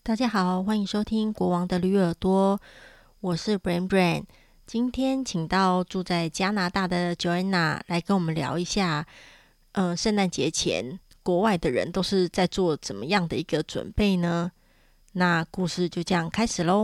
大家好，欢迎收听国王的驴耳朵，我是 Brain。今天请到住在加拿大的 Joanna 来跟我们聊一下，圣诞节前国外的人都是在做怎么样的一个准备呢？那故事就这样开始喽。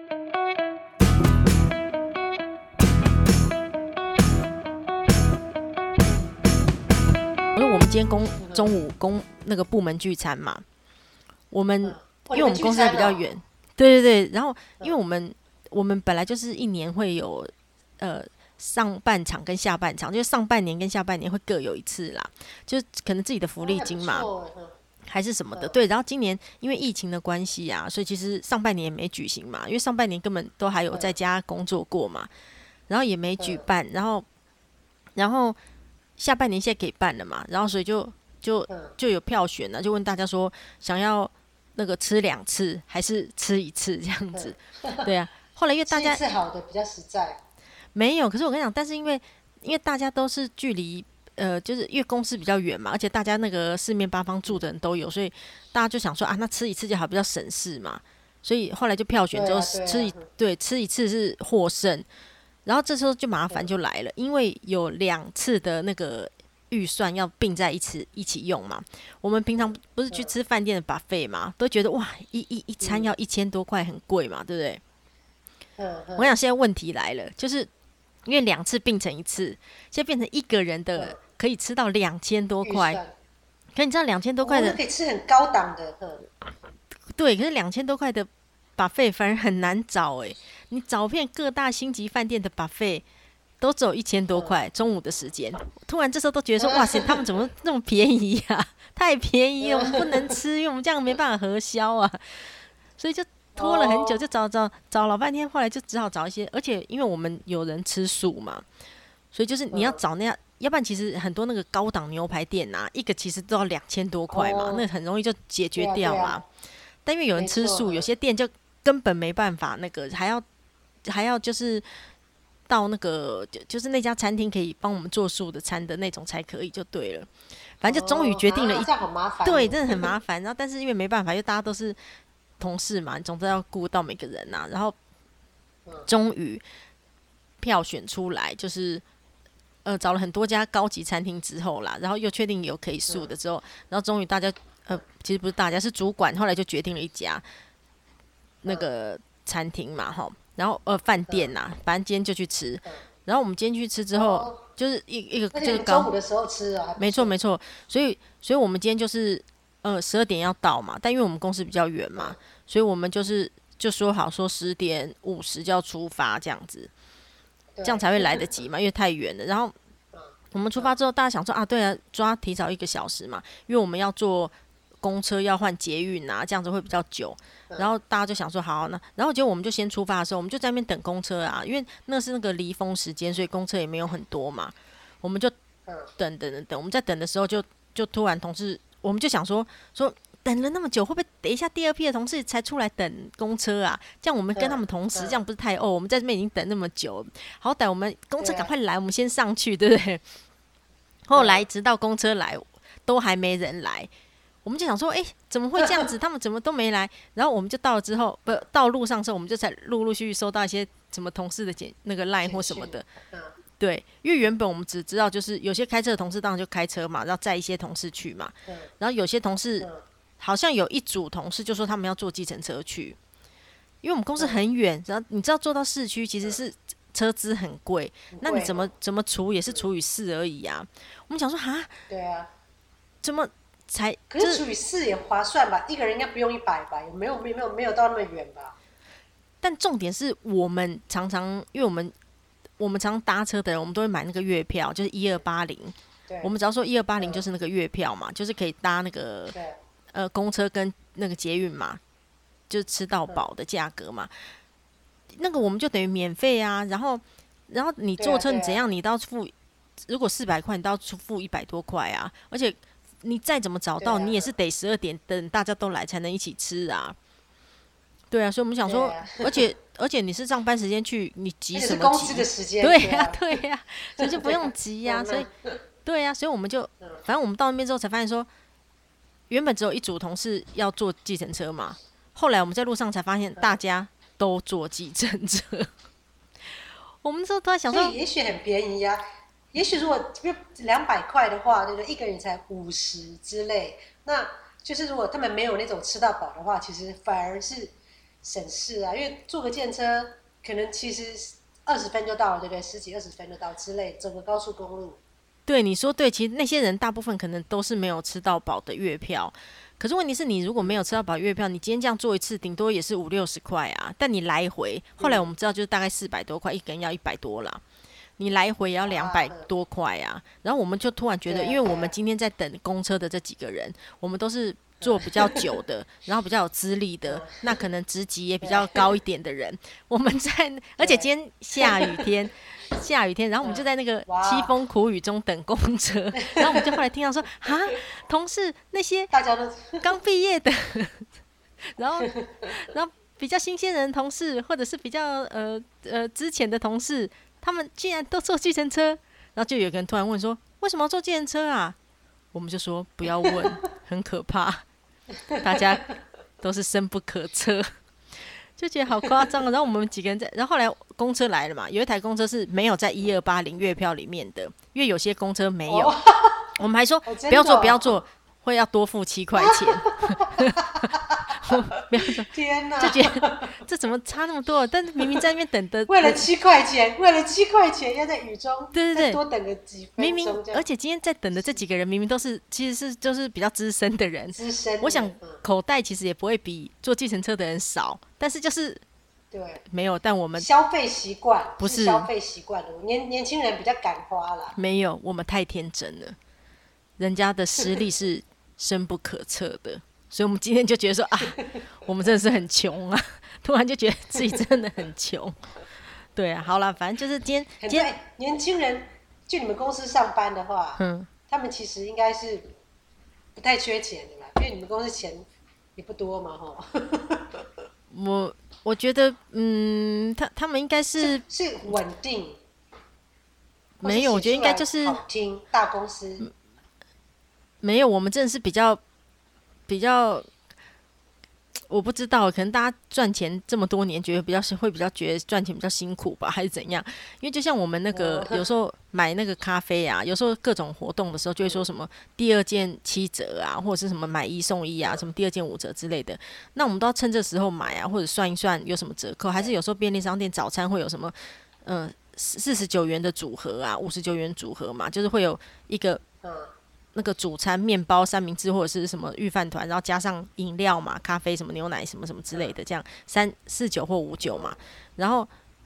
我们今天中午那个部门聚餐嘛，因为我们公司比较远，对，然后因为我们本来就是一年会有上半场跟下半场，就是上半年跟下半年会各有一次啦，就是可能自己的福利金嘛，还是什么的，对。然后今年因为疫情的关系啊，所以其实上半年也没举行嘛，因为上半年根本都还有在家工作过嘛，然后也没举办，然后下半年现在可以办了嘛，然后所以就有票选了，就问大家说想要那个吃2次还是吃1次这样子，对啊。后来因为大家吃一次好的比较实在。 没有，可是我跟你讲，但是因为大家都是距离就是因为公司比较远嘛，而且大家那个四面八方住的人都有，所以大家就想说啊，那吃1次就好，比较省事嘛。所以后来就票选之后吃一次是获胜，然后这时候就麻烦就来了，因为有2次的那个预算要并在一起用嘛。我们平常不是去吃饭店的 buffet 嘛，都觉得哇一餐要1000多块，很贵嘛，对不对？我想现在问题来了，就是因为2次并成1次，现在变成一个人的可以吃到2000多块。可你知道2000多块的， 可以吃很高档的。 对，可是2000多块的 buffet 反而很难找哎。你找遍各大星级饭店的 buffet 都只有1000多块，中午的时间，突然这时候都觉得说，哇塞，他们怎么那么便宜啊？太便宜了，我们不能吃，因为我们这样没办法核销啊，所以就拖了很久，就找老半天，后来就只好找一些，而且因为我们有人吃素嘛，所以就是你要找那样，要不然其实很多那个高档牛排店啊，一个其实都要2000多块嘛，那很容易就解决掉嘛。但因为有人吃素，有些店就根本没办法，那个还要就是到那个就是那家餐厅可以帮我们做素的餐的那种才可以，就对了。反正就终于决定了这样好麻烦。 对，真的很麻烦。然后但是因为没办法，因为大家都是同事嘛，你总之要顾到每个人啊。然后终于票选出来，就是找了很多家高级餐厅之后啦，然后又确定有可以素的之后，然后终于大家其实不是大家是主管，后来就决定了一家那个餐厅嘛，哈，然后饭店呐，反正今天就去吃。然后我们今天去吃之后，就是一个这个中午的时候吃啊， 没错没错，所以我们今天就是12点要到嘛，但因为我们公司比较远嘛，所以我们就说好说10点50就要出发这样子，这样才会来得及嘛，因为太远了。然后我们出发之后，大家想说啊，对啊，抓提早1个小时嘛，因为我们要坐公车要换捷运啊，这样子会比较久。然后大家就想说好，那然后结果我们就先出发的时候，我们就在那边等公车啊，因为那是那个离峰时间，所以公车也没有很多嘛。我们就等，我们在等的时候就突然同事，我们就想说等了那么久，会不会等一下第2批的同事才出来等公车啊？这样我们跟他们同时，这样不是太我们在这边已经等那么久，好歹我们公车赶快来，我们先上去，对不对？后来直到公车来，都还没人来。我们就想说，怎么会这样子？他们怎么都没来？然后我们就到了之后，到路上的时候，我们就才陆陆续续收到一些什么同事的那个 line 或什么的。对，因为原本我们只知道就是有些开车的同事当然就开车嘛，然后载一些同事去嘛。然后有些同事好像有一组同事就说他们要坐计程车去，因为我们公司很远，然后你知道坐到市区其实是车资很贵，那你怎么除也是除以4而已啊。我们想说哈， 对啊， 怎么才？ 可是除以4也划算吧？一个人应该不用100吧？没有到那么远吧？ 但重点是我们常常，因为我们常搭车的人，我们都会买那个月票，就是1280。我们只要说1280就是那个月票嘛，就是可以搭那个公车跟那个捷运嘛，就是吃到饱的价格嘛。那个我们就等于免费啊。然后你坐车你怎样，你都要付，如果400块，你都要付100多块啊。而且你再怎么早到，你也是得12点等大家都来才能一起吃啊。对啊，所以我们想说，而且你是上班时间去，你急什么急？ 公司的时间。 对呀，对呀，所以就不用急呀。所以对呀，所以我们就反正我们到那边之后才发现说，原本只有一组同事要坐计程车嘛， 后来我们在路上才发现，大家都坐计程车。我们之后都在想说， 所以也许很便宜啊。也许如果200块的话，对不对？一个人才50之类。那就是如果他们没有那种吃到饱的话，其实反而是省事啊。因为坐个计程车可能其实20分就到了，对不对？10几20分就到之类，走个高速公路。 对你说对，其实那些人大部分可能都是没有吃到饱的月票。可是问题是你如果没有吃到饱月票，你今天这样做一次，顶多也是50-60块啊。但你来回，后来我们知道就是大概400多块，一个人要100多啦。你来回也要200多块啊。然后我们就突然觉得，因为我们今天在等公车的这几个人，我们都是做比较久的，然后比较有资历的，那可能职级也比较高一点的人，我们在，而且今天下雨天。然后我们就在那个凄风苦雨中等公车，然后我们就后来听到说，哈，同事那些大家都刚毕业的，然后比较新鲜人的同事，或者是比较之前的同事，他们竟然都坐计程车，然后就有个人突然问说，为什么要坐计程车啊？我们就说不要问，很可怕，大家都是深不可测。就觉得好夸张。然后我们几个人在，然后后来公车来了嘛，有一台公车是没有在1280月票里面的，因为有些公车没有。我们还说不要坐，不要坐，会要多付7块钱。不要坐， 天哪！ 就觉得这怎么差那么多？但是明明在那边等的， 为了7块钱，要在雨中再多等个几分钟。 明明，而且今天在等的这几个人，明明都是其实是就是比较资深的人。我想口袋其实也不会比坐计程车的人少，但是就是对没有。但我们消费习惯不是消费习惯的，年轻人比较敢花啦。 没有，我们太天真了，人家的实力是深不可测的。所以我们今天就觉得说啊，我们真的是很穷啊，突然就觉得自己真的很穷。对啊，好啦，反正就是今天年轻人去你们公司上班的话，他们其实应该是不太缺钱的啦，因为你们公司钱也不多嘛，吼。 我觉得，他们应该是稳定， 没有，我觉得应该就是好听大公司。 没有，我们真的是比较，我不知道，可能大家赚钱这么多年，觉得会比较觉得赚钱比较辛苦吧，还是怎样？因为就像我们那个有时候买那个咖啡啊，有时候各种活动的时候，就会说什么第2件7折啊，或者是什么买1送1啊，什么第2件5折之类的。那我们都要趁这时候买啊，或者算一算有什么折扣，还是有时候便利商店早餐会有什么49元的组合啊，59元组合嘛，就是会有一个那个主餐面包、三明治或者是什么御饭团，然后加上饮料嘛，咖啡什么牛奶什么什么之类的，这样349或59嘛。然后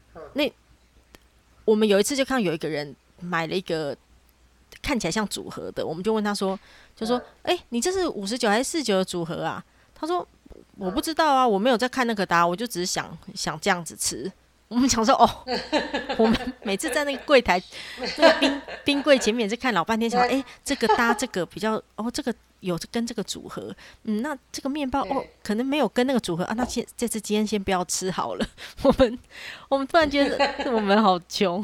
我们有一次就看到有一个人买了一个看起来像组合的，我们就问他说，你这是59还是49的组合啊？他说我不知道啊，我没有在看那个的，我就只是想这样子吃。我们想说我们每次在那个柜台那个冰柜前面是看老半天，想这个搭这个比较这个有跟这个组合，那这个面包可能没有跟那个组合啊，那这次今天先不要吃好了。我们突然觉得我们好穷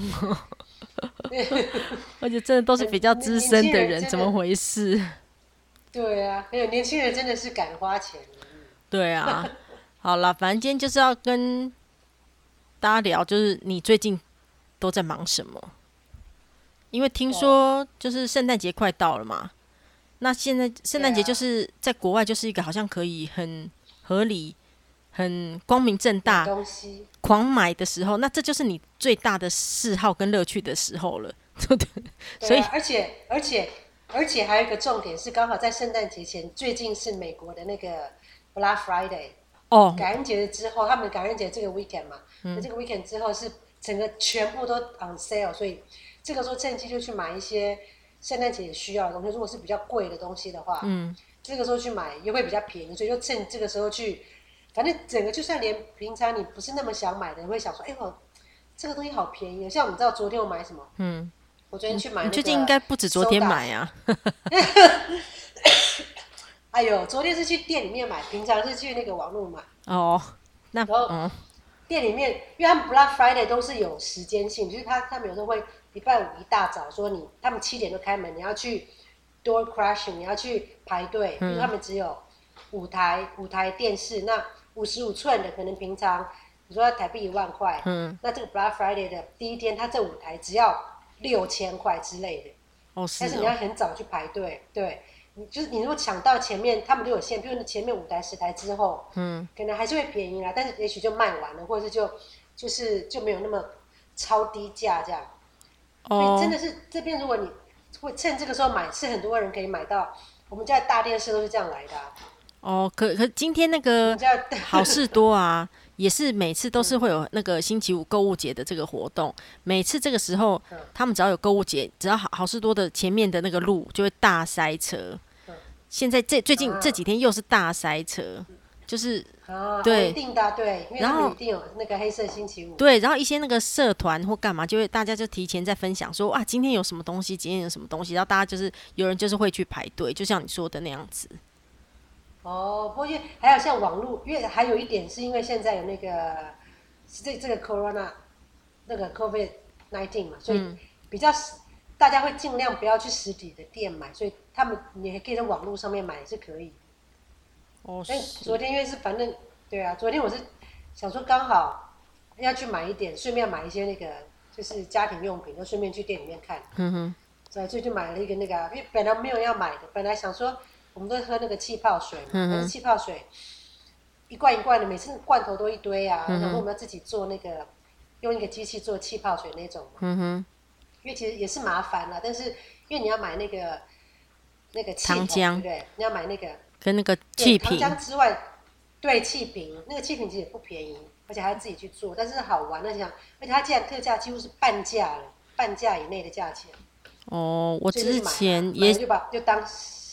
而且真的都是比较资深的人，怎么回事？ 对啊，年轻人真的是敢花钱。 对啊，好啦，反正今天就是要跟大家聊，就是你最近都在忙什么？因为听说就是圣诞节快到了嘛，那现在圣诞节就是在国外就是一个好像可以很合理、很光明正大狂买的时候，那这就是你最大的嗜好跟乐趣的时候了，对不对？所以而且还有一个重点是，刚好在圣诞节前，最近是美国的那个 Black Friday。感恩节之后，他们感恩节这个 weekend 嘛，这个 weekend 之后是整个全部都 on sale， 所以这个时候趁机就去买一些圣诞节也需要的东西。如果是比较贵的东西的话，这个时候去买也会比较便宜，所以就趁这个时候去，反正整个就算连平常你不是那么想买的人会想说，这个东西好便宜。像你知道昨天我买什么？我昨天去买那个， 你最近应该不止昨天买啊。 哎呦，昨天是去店里面买，平常是去那个网络买。 然后店里面，因为他们 Black Friday 都是有时间性，就是他们有时候会礼拜5一大早说他们7点就开门，你要去 door crashing， 你要去排队，就是他们只有5台电视，那 55寸的，可能平常你说台币10000块，那这个 Black Friday 的第一天，它这5台只要6000块之类的。但是你要很早去排队，对，你如果抢到前面，他们就有限，比如前面5台10台之后，可能还是会便宜啦，但是也许就卖完了，或者是就没有那么超低价这样。所以真的是这边，如果你会趁这个时候买，是很多人可以买到。我们家的大电视都是这样来的可今天那个好事多啊，也是每次都是会有那个星期五购物节的这个活动。每次这个时候，他们只要有购物节，只要好事多的前面的那个路就会大塞车。现在最近这几天又是大塞车。就是对，一定的对，因为他们一定有那个黑色星期五。 对，然后一些那个社团或干嘛，就会大家就提前在分享说啊，今天有什么东西，今天有什么东西，然后大家就是有人就是会去排队，就像你说的那样子。 不过还有像网络，因为还有一点是因为现在有那个这个 Corona 那个 COVID-19 嘛，所以比较大家会尽量不要去实体的店买，所以你还可以在网络上面买也是可以。昨天因为是反正对啊，昨天我是想说刚好要去买一点，顺便买一些那个就是家庭用品，就顺便去店里面看。所以就买了一个那个，因为本来没有要买的，本来想说我们都喝那个气泡水嘛，但是气泡水一罐一罐的，每次罐头都一堆啊，然后我们要自己做那个用一个机器做气泡水那种嘛。因为其实也是麻烦啦，但是因为你要买那个气瓶，对不对？你要买那个。 跟那个气瓶， 糖浆之外，对气瓶，那个气瓶其实也不便宜，而且还要自己去做，但是好玩。而且它既然特价，几乎是半价了，半价以内的价钱。 我之前也就当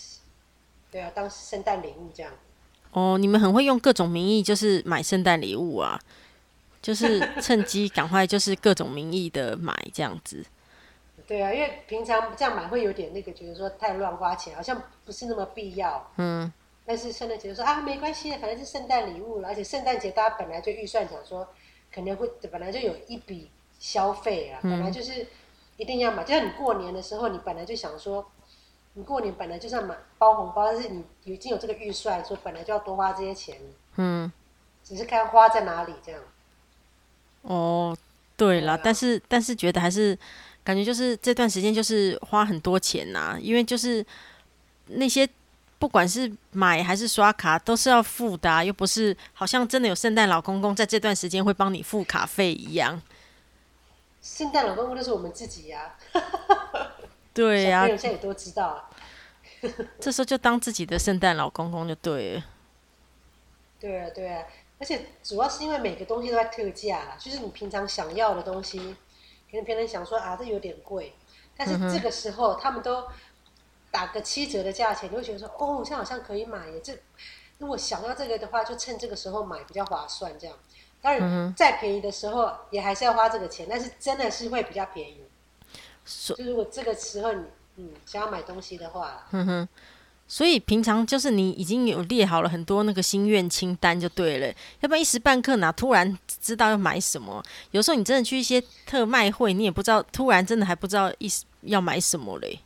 圣诞礼物这样。 你们很会用各种名义，就是买圣诞礼物啊，就是趁机赶快就是各种名义的买这样子。 对啊，因为平常这样买会有点那个，觉得说太乱花钱，好像不是那么必要。但是圣诞节就说没关系的，反正是圣诞礼物了，而且圣诞节大家本来就预算想说，可能会本来就有一笔消费啊，本来就是一定要买。就像你过年的时候，你本来就想说，你过年本来就是要买包红包，但是你已经有这个预算，说本来就要多花这些钱。只是看花在哪里这样。 对啦，但是觉得还是。感觉就是这段时间就是花很多钱呐，因为就是那些不管是买还是刷卡都是要付的又不是好像真的有圣诞老公公在这段时间会帮你付卡费一样。 圣诞老公公就是我们自己呀。 对呀， 小朋友现在也都知道。 这时候就当自己的圣诞老公公就对了。 对啊，对啊，而且主要是因为每个东西都在特价啦，就是你平常想要的东西。可能别人想说这有点贵，但是这个时候他们都打个7折的价钱，你会觉得说这样好像可以买耶。如果想要这个的话，就趁这个时候买比较划算。这样，当然再便宜的时候也还是要花这个钱，但是真的是会比较便宜。就如果这个时候你想要买东西的话， 所以平常就是你已经有列好了很多那个心愿清单就对了，要不然一时半刻哪突然知道要买什么？有时候你真的去一些特卖会，你也不知道，突然真的还不知道要买什么嘞。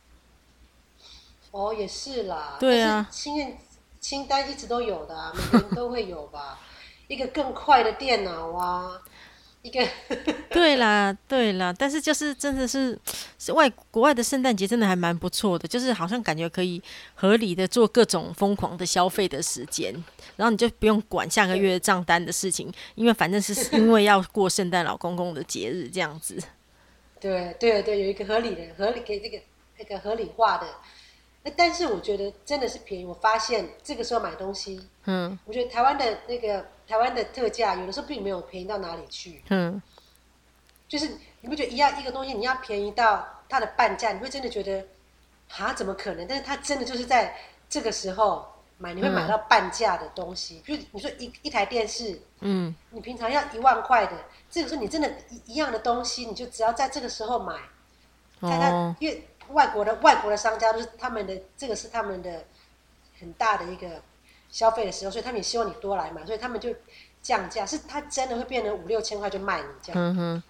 也是啦。 对啊， 心愿清单一直都有的啊，每个人都会有吧。一个更快的电脑啊。一个对啦，但是就是真的是国外的圣诞节真的还蛮不错的，就是好像感觉可以合理的做各种疯狂的消费的时间，然后你就不用管下个月账单的事情，因为反正是因为要过圣诞老公公的节日这样子。 对，有一个合理给这个合理化的。但是我觉得真的是便宜，我发现这个时候买东西，我觉得台湾的特价有的时候并没有便宜到哪里去，就是你不觉得一个东西你要便宜到它的半价，你会真的觉得怎么可能？但是它真的就是在这个时候买，你会买到半价的东西。比如你说一台电视，你平常要1万块的，这个时候你真的一样的东西，你就只要在这个时候买，因为外国的商家都是这个是他们的很大的一个消费的时候，所以他们也希望你多来买，所以他们就降价，是他真的会变成5-6千块就卖你这样。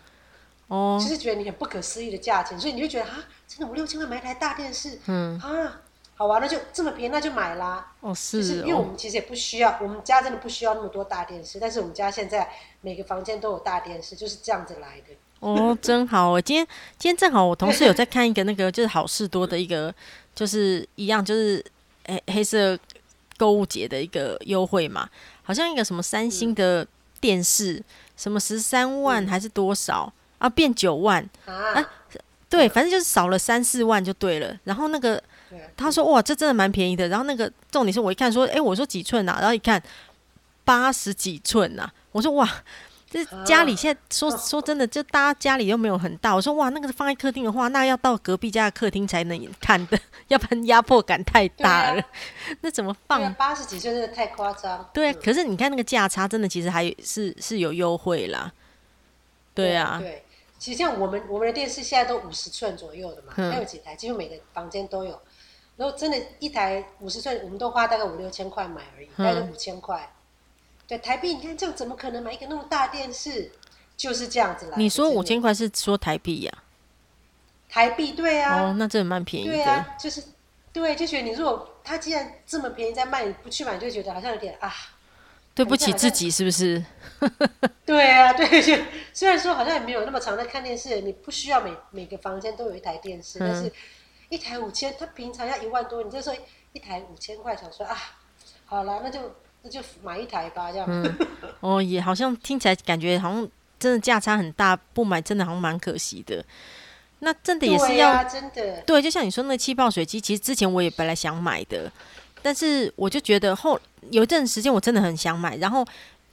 就是觉得你很不可思议的价钱，所以你就觉得真的5-6千块买一台大电视， 好啊，那就这么便宜，那就买啦。就是因为我们其实也不需要，我们家真的不需要那么多大电视，但是我们家现在每个房间都有大电视，就是这样子来的。 哦，真好！今天正好我同事有在看一个那个就是好事多的一个，就是一样就是黑色购物节的一个优惠嘛，好像一个什么三星的电视，什么13万还是多少啊，变9万啊，对，反正就是少了3-4万就对了。然后那个他说哇，这真的蛮便宜的。然后那个重点是我一看说，我说几寸啊？然后一看80几寸啊，我说哇。这家里现在说真的，就大家家里又没有很大。我说哇，那个放在客厅的话，那要到隔壁家的客厅才能看的，要不然压迫感太大了。那怎么放？ 对啊，80几岁真的太夸张。 对，可是你看那个价差，真的其实还是有优惠啦。对啊。 对，其实像我们的电视现在都50寸左右的嘛，还有几台，几乎每个房间都有。然后真的，一台50寸，我们都花大概5-6千块买而已，大概就5000块。对，台币你看这样怎么可能买一个那么大电视？就是这样子来。 你说5000块是说台币呀？ 台币对啊。 哦，那真的蛮便宜的。 对啊，就是对，就觉得你如果他既然这么便宜在卖，你不去买就觉得好像有点啊， 对不起自己是不是？ 对啊，对，就虽然说好像也没有那么常在看电视，你不需要每个房间都有一台电视，但是一台5000，他平常要1万多，你这时候一台5000块，想说啊，好啦，那就买一台吧，这样。 哦，也好像听起来感觉好像真的价差很大，不买真的好像蛮可惜的。那真的也是要， 对啊，真的。 对，就像你说那个气泡水机，其实之前我也本来想买的，但是我就觉得有一阵时间我真的很想买，然后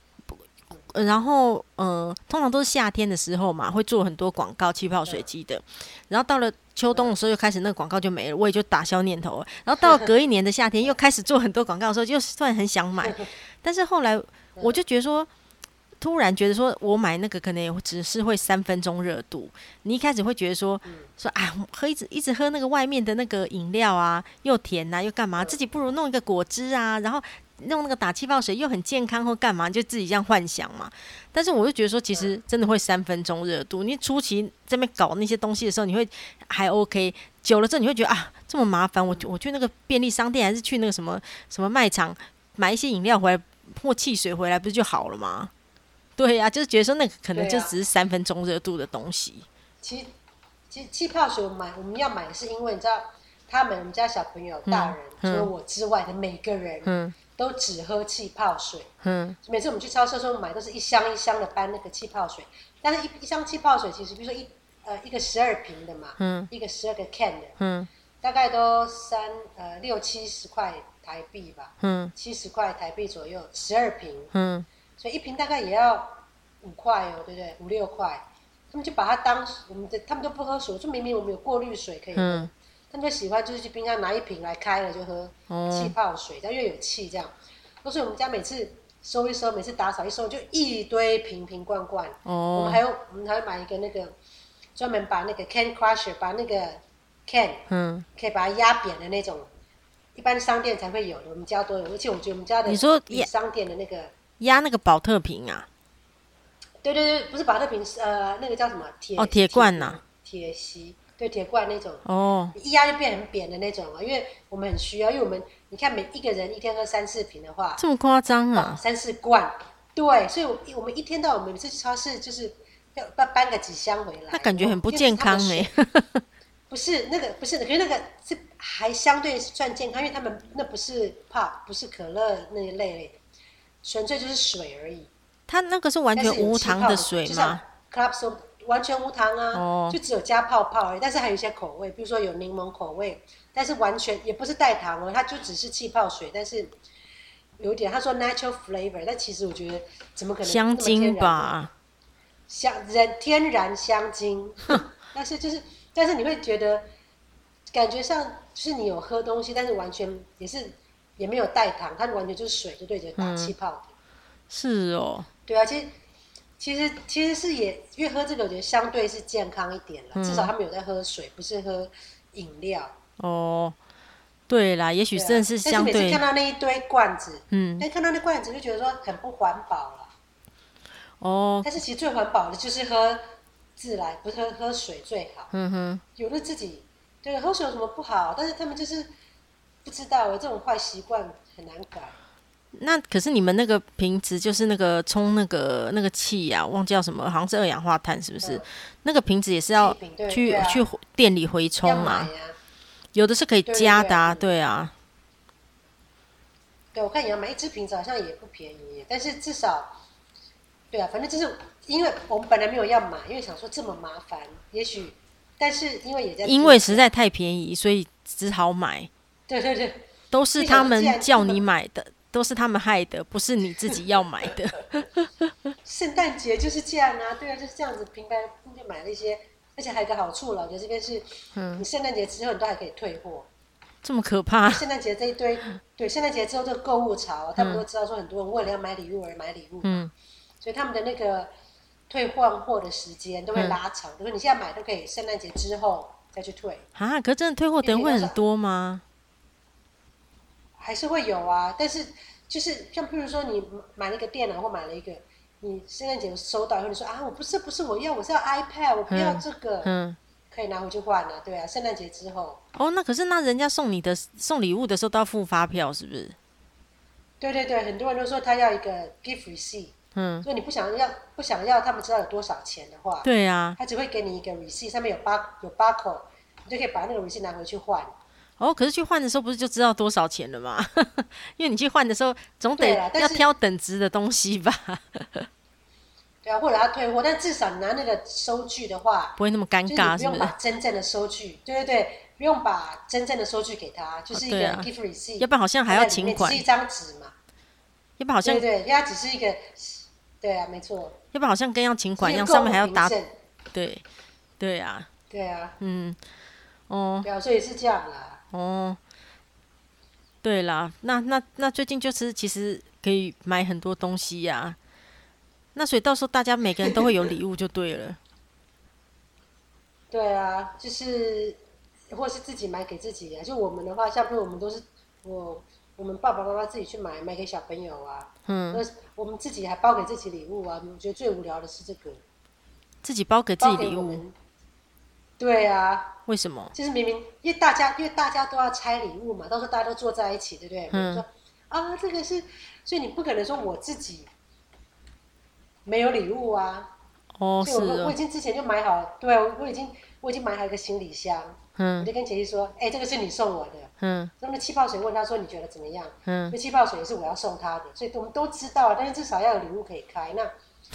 通常都是夏天的时候嘛，会做很多广告气泡水机的，然后到了秋冬的时候又开始那个广告就没了，我也就打消念头了。然后到了隔一年的夏天又开始做很多广告的时候，就突然很想买，但是后来我就觉得说，突然觉得说我买那个可能也只是会3分钟热度。你一开始会觉得说啊，一直喝那个外面的那个饮料啊，又甜啊又干嘛，自己不如弄一个果汁啊，然后弄那个打气泡水又很健康或干嘛，就自己这样幻想嘛。但是我就觉得说，其实真的会3分钟热度。你初期这边搞那些东西的时候，你会还 OK， 久了之后你会觉得啊，这么麻烦，我去那个便利商店还是去那个什么卖场买一些饮料回来或汽水回来，不是就好了吗？对呀，就是觉得说那个可能就只是3分钟热度的东西。 其实气泡水我们要买，是因为你知道，我们家小朋友、大人，除了我之外的每个人，都只喝气泡水。每次我们去超市的时候买，都是一箱一箱的搬那个气泡水。但是一箱气泡水其实，比如说一个12瓶的嘛，一个12个 can 的，大概都60-70块台币吧，70块台币左右，12瓶。所以一瓶大概也要5块哦，对不对？5-6块，他们就把它当他们都不喝水，就明明我们有过滤水可以喝，他们就喜欢就是去冰箱拿一瓶来开了就喝气泡水，但因为有气这样。所以我们家每次收一收，每次打扫一收就一堆瓶罐罐。我们还会买一个那个专门把那个 can crusher， 把那个 can，可以把它压扁的那种，一般商店才会有的，我们家都有，而且我觉得我们家的你说商店的那个。 压那个保特瓶啊？ 对，不是保特瓶，那个叫什么铁罐呐？ 铁锡，对，铁罐那种。一压就变很扁的那种啊，因为我们很需要，因为你看每一个人一天喝3-4瓶的话， 这么夸张啊 ？3-4罐，对，所以我们一天到晚每次去超市就是要搬个几箱回来。 那感觉很不健康哎。 不是那个，可是那个是还相对算健康，因为他们那不是 pop， 不是可乐那一类。纯粹就是水而已。 它那个是完全无糖的水吗？ Club Soda 完全无糖啊，就只有加泡泡而已。但是还有一些口味，比如说有柠檬口味，但是完全也不是带糖哦，它就只是气泡水，但是有点他说 natural flavor， 但其实我觉得怎么可能香精吧？ 天然香精，但是你会觉得感觉上就是你有喝东西，但是完全也没有带糖，它完全就是水，就对着打气泡的。 是哦。 对啊，其实是也因为喝这个，我觉得相对是健康一点了，至少他们有在喝水，不是喝饮料。 对啦，也许真的是相对。 但是每次看到那一堆罐子，看到那罐子就觉得说很不环保了。但是其实最环保的就是喝自来，不是喝水最好。有的自己对喝水有什么不好？但是他们就是不知道这种坏习惯很难改。 那可是你们那个瓶子就是那个充那个气啊，忘记叫什么，好像是二氧化碳，是不是？那个瓶子也是要去店里回充嘛？有的是可以加的啊，对啊。 对，我看你要买一支瓶子好像也不便宜，但是至少，对啊，反正就是因为我们本来没有要买，因为想说这么麻烦，也许，但是因为实在太便宜，所以只好买。 对对对， 都是他们叫你买的。都是他们害的，不是你自己要买的。 圣诞节就是这样啊，对啊，就是这样子，平白就买了一些，而且还有一个好处了，我觉得这边是，你圣诞节之后你都还可以退货。 这么可怕？ 圣诞节这一堆，对，圣诞节之后这个购物潮，他们都知道说很多人为了要买礼物而买礼物，所以他们的那个退换货的时间都会拉长，比如说你现在买都可以，圣诞节之后再去退。 啊，可是真的退货的人会很多吗？ 还是会有啊，但是就是像譬如说你买了一个电脑或买了一个，你圣诞节收到以后你说啊，我不是我要 iPad， 我不要这个，可以拿回去换啊，对啊，圣诞节之后。 哦，那可是那人家送礼物的时候都要付发票，是不是？ 对对对，很多人都说他要一个 gift receipt，所以你不想要他们知道有多少钱的话， 对啊， 他只会给你一个 receipt， 上面有 barcode， 你就可以把那个 receipt 拿回去换。 哦，可是去换的时候不是就知道多少钱了吗？因为你去换的时候总得要挑等值的东西吧。 对啊，或者他退货，但至少你拿那个收据的话， 不会那么尴尬， 不用把真正的收据，对对对，不用把真正的收据给他，就是一个 gift receipt， 要不然好像还要请款， 是一张纸嘛。 要不然好像对，因为它只是一个，对啊，没错。 要不然好像跟要请款一样，上面还要打，对，对啊， 对啊， 哦， 对啊，所以是这样啦。 哦，对啦，那最近就是其实可以买很多东西呀，那所以到时候大家每个人都会有礼物就对了。 对啊，就是或是自己买给自己啊。就我们的话，像比如我们都是我们爸爸妈妈自己去买给小朋友啊，我们自己还包给自己礼物啊。我觉得最无聊的是这个， 自己包给自己礼物。 对啊， 为什么？ 就是明明因为大家都要拆礼物嘛，到时候大家都坐在一起，对不对？说啊，这个是，所以你不可能说我自己没有礼物啊。 哦， 所以我已经之前就买好，对，我已经买好一个行李箱，我就跟杰西说，这个是你送我的，那么气泡水问他说你觉得怎么样？那气泡水也是我要送他的，所以我们都知道，但是至少要有礼物可以开，那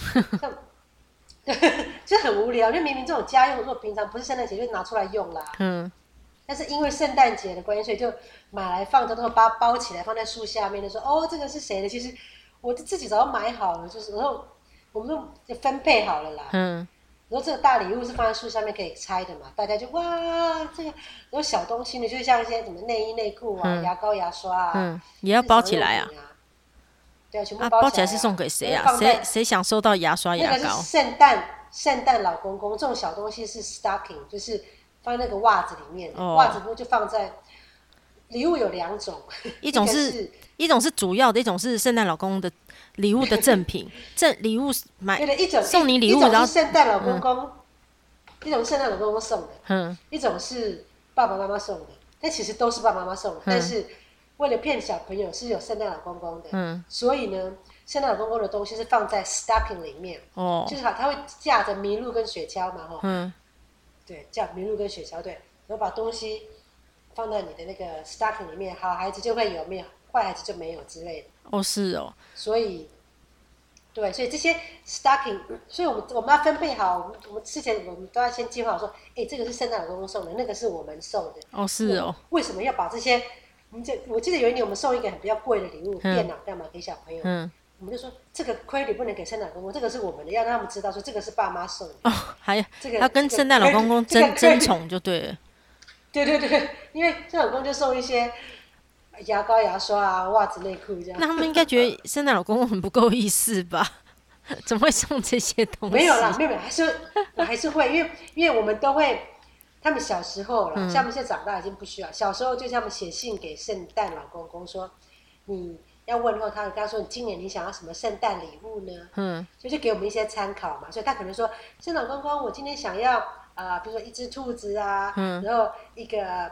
就很无聊，因为明明这种家用，如果平常不是圣诞节就拿出来用啦，但是因为圣诞节的关系，所以就买来放着，都把它包起来放在树下面，就说哦，这个是谁的？其实我自己早就买好了，就是然后我们就分配好了啦。然后这个大礼物是放在树上面可以拆的嘛，大家就哇这个，然后小东西呢，就像一些什么内衣内裤啊、牙膏牙刷啊， 也要包起来啊。 对啊，全部包起来是送给谁啊？谁想收到牙刷牙膏？ 那个是圣诞老公公，这种小东西是 stocking， 就是放在那个袜子里面，袜子就放在。礼物有两种， 一种是主要的，一种是圣诞老公的礼物的赠品。礼物买送你礼物，然后圣诞老公公，一种圣诞老公公送的，一种是爸爸妈妈送的。但其实都是爸爸妈妈送的，但是为了骗小朋友是有圣诞老公公的，所以呢，圣诞老公公的东西是放在 stocking 里面，就是他会架着麋鹿跟雪橇嘛，对，架麋鹿跟雪橇，对，然后把东西放在你的那个 stocking 里面，好孩子就会有，没有坏孩子就没有之类的。 哦，是哦。 所以，对，所以这些 stocking， 所以我们要分配好。我们之前我们都要先计划好说，这个是圣诞老公公送的，那个是我们送的。 哦，是哦。 为什么要把这些？我记得有一年我们送一个比较贵的礼物，电脑干嘛给小朋友？我们就说这个亏你不能给圣诞老公公，这个是我们的，要让他们知道说这个是爸妈送的。 哦，还这个要跟圣诞老公公争宠就对了。 对对对，因为圣诞老公就送一些牙膏、牙刷啊、袜子、内裤这样。 那他们应该觉得圣诞老公公很不够意思吧？怎么会送这些东西？ 没有啦，没有，还是会，因为我们都会，他们小时候啦，像他们现在长大已经不需要，小时候就像他们写信给圣诞老公公说，你要问候他，跟他说你今年你想要什么圣诞礼物呢？所以就给我们一些参考嘛。所以他可能说，圣诞老公公，我今天想要。比如说一只兔子啊，然后一个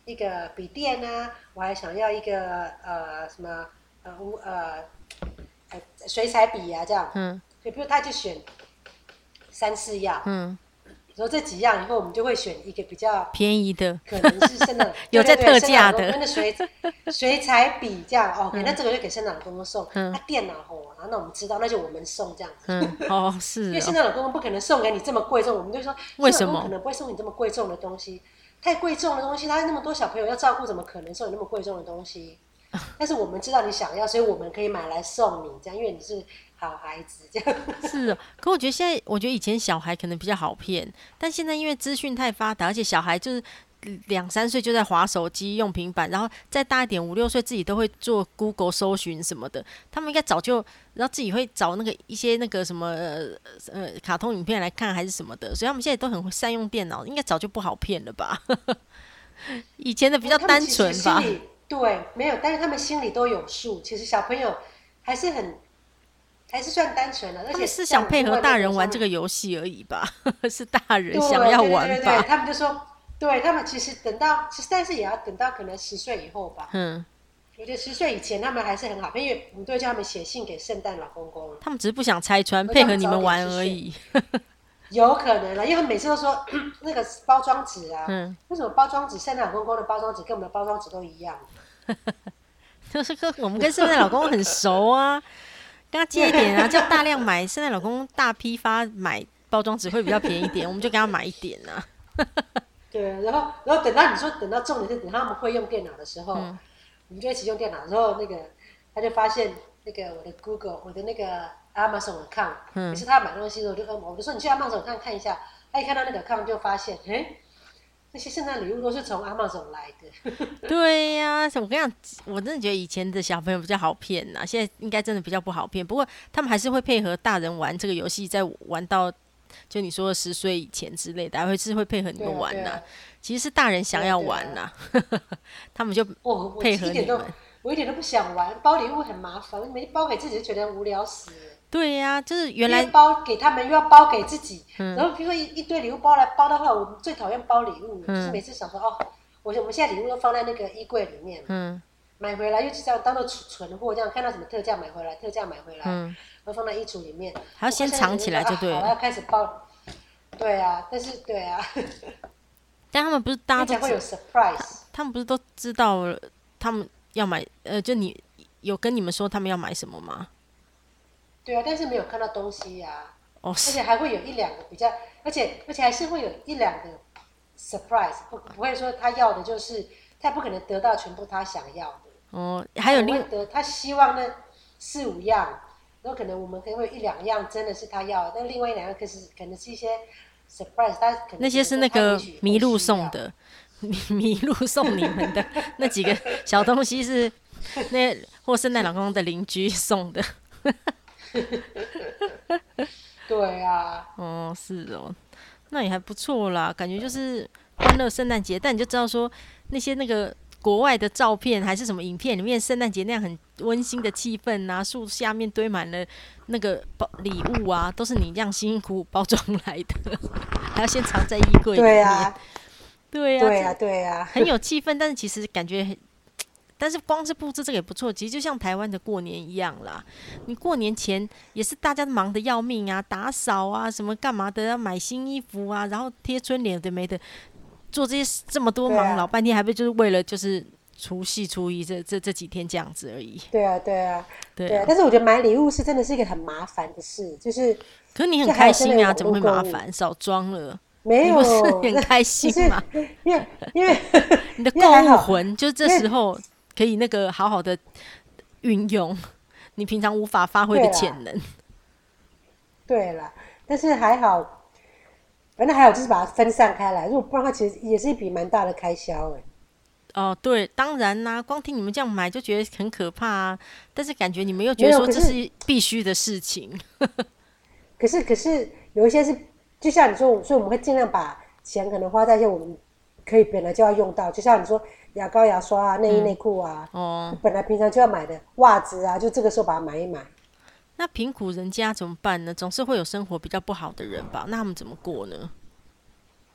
一个笔电啊，我还想要一个什么水彩笔啊这样。就比如他就选3-4样。然后这几样以后，我们就会选一个比较便宜的， 可能是圣诞有在特价的， 那水彩笔这样哦，那这个就给圣诞老公公送。他电脑然后那我们知道，那就我们送这样子。 是因为圣诞老公公不可能送给你这么贵重，我们就说为什么可能不会送你这么贵重的东西？太贵重的东西，他那么多小朋友要照顾，怎么可能送你那么贵重的东西？但是我们知道你想要，所以我们可以买来送你，这样，因为你是好孩子，这样。 是哦，可我觉得现在，我觉得以前小孩可能比较好骗，但现在因为资讯太发达，而且小孩就是2-3岁就在滑手机、用平板，然后再大一点5-6岁自己都会做 Google 搜寻什么的，他们应该早就，然后自己会找一些那个什么卡通影片来看还是什么的，所以他们现在都很会善用电脑，应该早就不好骗了吧？以前的比较单纯吧。 对，没有，但是他们心里都有数。其实小朋友还是算单纯的，而且他们是想配合大人玩这个游戏而已吧？是大人想要玩吧？ 对，他们就说，对他们其实但是也要等到可能10岁以后吧。我觉得10岁以前他们还是很好，因为我们都会叫他们写信给圣诞老公公。 他们只是不想拆穿，配合你们玩而已。 有可能啦，因为他们每次都说那个包装纸啊，为什么包装纸圣诞老公公的包装纸跟我们的包装纸都一样？ 就是我们跟圣诞老公公很熟啊，跟他借一点啊，叫大量买，圣诞老公公大批发买包装纸会比较便宜一点，我们就给他买一点啊。 对，然后等到重点是等他们会用电脑的时候，我们就一起用电脑的时候，那个他就发现那个我的 Google 我的那个 Amazon account，也是他买东西的时候我就说你去 Amazon account 看一下，他一看到那个 account 就发现，那些圣诞礼物都是从 Amazon 来的。 对呀，我跟你讲，我真的觉得以前的小朋友比较好骗呐，现在应该真的比较不好骗。不过他们还是会配合大人玩这个游戏，在玩到就你说的10岁以前之类的，还会配合你们玩呐。其实是大人想要玩呐，他们就配合你们。 我一点都不想玩，包礼物很麻烦，每包给自己就觉得无聊死了。 对呀，就是原来包给他们又要包给自己，然后比如说一堆礼物包来包的话，我们最讨厌包礼物，就是每次想说我们现在礼物都放在那个衣柜里面，买回来又这样当做存货，这样看到什么特价买回来，然后放在衣橱里面， 还要先藏起来就对了。 好，要开始包，对啊， 但他们不是大家都会有 surprise， 他们不是都知道了他们要买，就你有跟你们说他们要买什么吗？ 对啊，但是没有看到东西呀。而且还会有1-2个比较，而且还是会有1-2个 surprise， 不会说他要的就是他不可能得到全部他想要的。 还有他希望那4-5样，然后可能我们可能会有1-2样真的是他要的，但另外1-2样可能是一些 surprise， 他可能那些是那个麋鹿送的，麋鹿送你们的那几个小东西是那或圣诞老公公的邻居送的。 对啊， 是哦，那也还不错啦，感觉就是欢乐圣诞节。但你就知道说那个国外的照片还是什么影片里面，圣诞节那样很温馨的气氛啊，树下面堆满了那个礼物啊，都是你这样辛辛苦苦包装来的，还要先藏在衣柜里面。对啊，很有气氛。但是其实感觉但是光是布置这个也不错，其实就像台湾的过年一样啦。你过年前也是大家忙得要命啊，打扫啊，什么干嘛的，要买新衣服啊，然后贴春联的没的，做这些这么多忙老半天，还不就是为了就是除夕初一这几天这样子而已。 对啊。但是我觉得买礼物是真的是一个很麻烦的事，就是。 可是你很开心啊，怎么会麻烦？少装了。 没有， 你不是很开心吗？ 因为你的购物魂就是这时候。可以那个好好的运用你平常无法发挥的潜能。 对啦，但是还好，反正还好就是把它分散开来，如果不然的话，其实也是一笔蛮大的开销对，当然啦，光听你们这样买就觉得很可怕啊，但是感觉你们又觉得说这是必须的事情。 可是有一些是，就像你说，所以我们会尽量把钱可能花在一些我们可以本来就要用到，就像你说。牙膏、牙刷啊，内衣内裤啊，本来平常就要买的袜子啊，就这个时候把它买一买。 那贫苦人家怎么办呢？总是会有生活比较不好的人吧？那他们怎么过呢？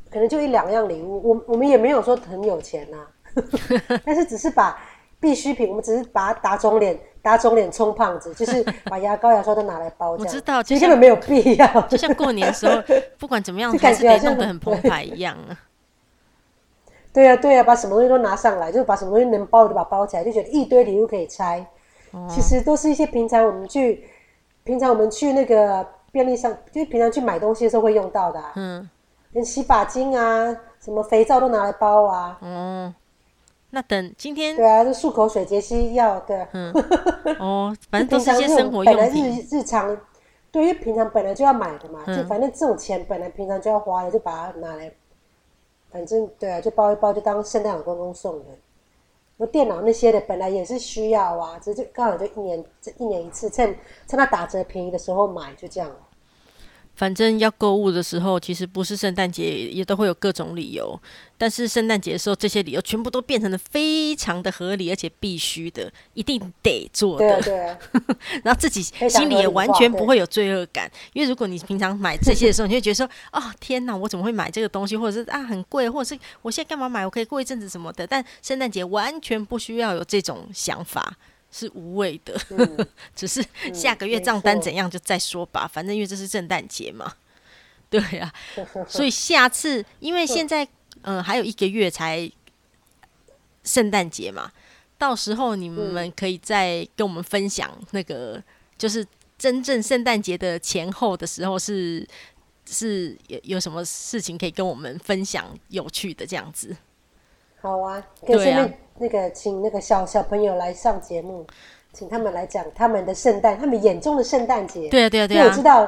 可能就1-2样礼物，我们也没有说很有钱啊，但是只是把必需品，我们只是把它打肿脸充胖子，就是把牙膏牙刷都拿来包这样。 我知道， 其实根本没有必要。 就像过年的时候，不管怎么样，还是得弄得很澎湃一样啊。 对啊，把什么东西都拿上来，就把什么东西能包的把它包起来，就觉得一堆礼物可以拆。其实都是一些平常我们去那个便利商，就是平常去买东西的时候会用到的啊。连洗发精啊，什么肥皂都拿来包啊。 那等今天对啊，就漱口水、洁癖药，对。 反正都是一些生活用品。 本来日常，对，因为平常本来就要买的嘛，就反正这种钱本来平常就要花的，就把它拿来，反正对啊，就包一包，就当圣诞老公公送的。那电脑那些的本来也是需要啊，只是刚好就一年一次，趁它打折便宜的时候买，就这样。 反正要购物的时候，其实不是圣诞节也都会有各种理由，但是圣诞节的时候，这些理由全部都变成了非常的合理，而且必须的，一定得做的。 对。 然后自己心里也完全不会有罪恶感，因为如果你平常买这些的时候，你会觉得说，哦天哪，我怎么会买这个东西，或者是很贵，或者是我现在干嘛买，我可以过一阵子什么的。但圣诞节完全不需要有这种想法。是无谓的，只是下个月账单怎样就再说吧，反正因为这是圣诞节嘛，对啊，所以下次因为现在还有1个月才圣诞节嘛，到时候你们可以再跟我们分享那个就是真正圣诞节的前后的时候是有什么事情可以跟我们分享有趣的这样子。 好啊，可以顺便请那个小朋友来上节目，请他们来讲他们的圣诞，他们眼中的圣诞节。 对啊。 因为我知道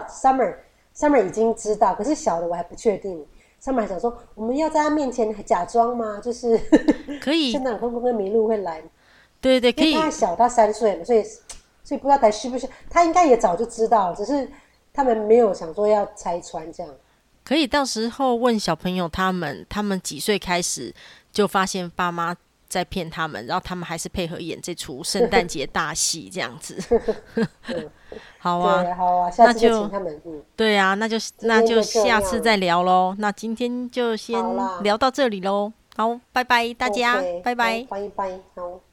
Summer 已经知道，可是小的我还不确定。Summer 还想说，我们要在他面前假装吗？就是可以， 圣诞老公公跟麋鹿会来。 对，可以。 因为他小，他3岁嘛，所以不知道他需不需要，他应该也早就知道，只是他们没有想说要拆穿这样。 可以到时候问小朋友他们几岁开始就发现爸妈在骗他们，然后他们还是配合演这出圣诞节大戏这样子。好啊， 下次就请他们。 对啊，那就下次再聊咯。那今天就先聊到这里咯。好，拜拜大家，拜拜。 拜拜，好。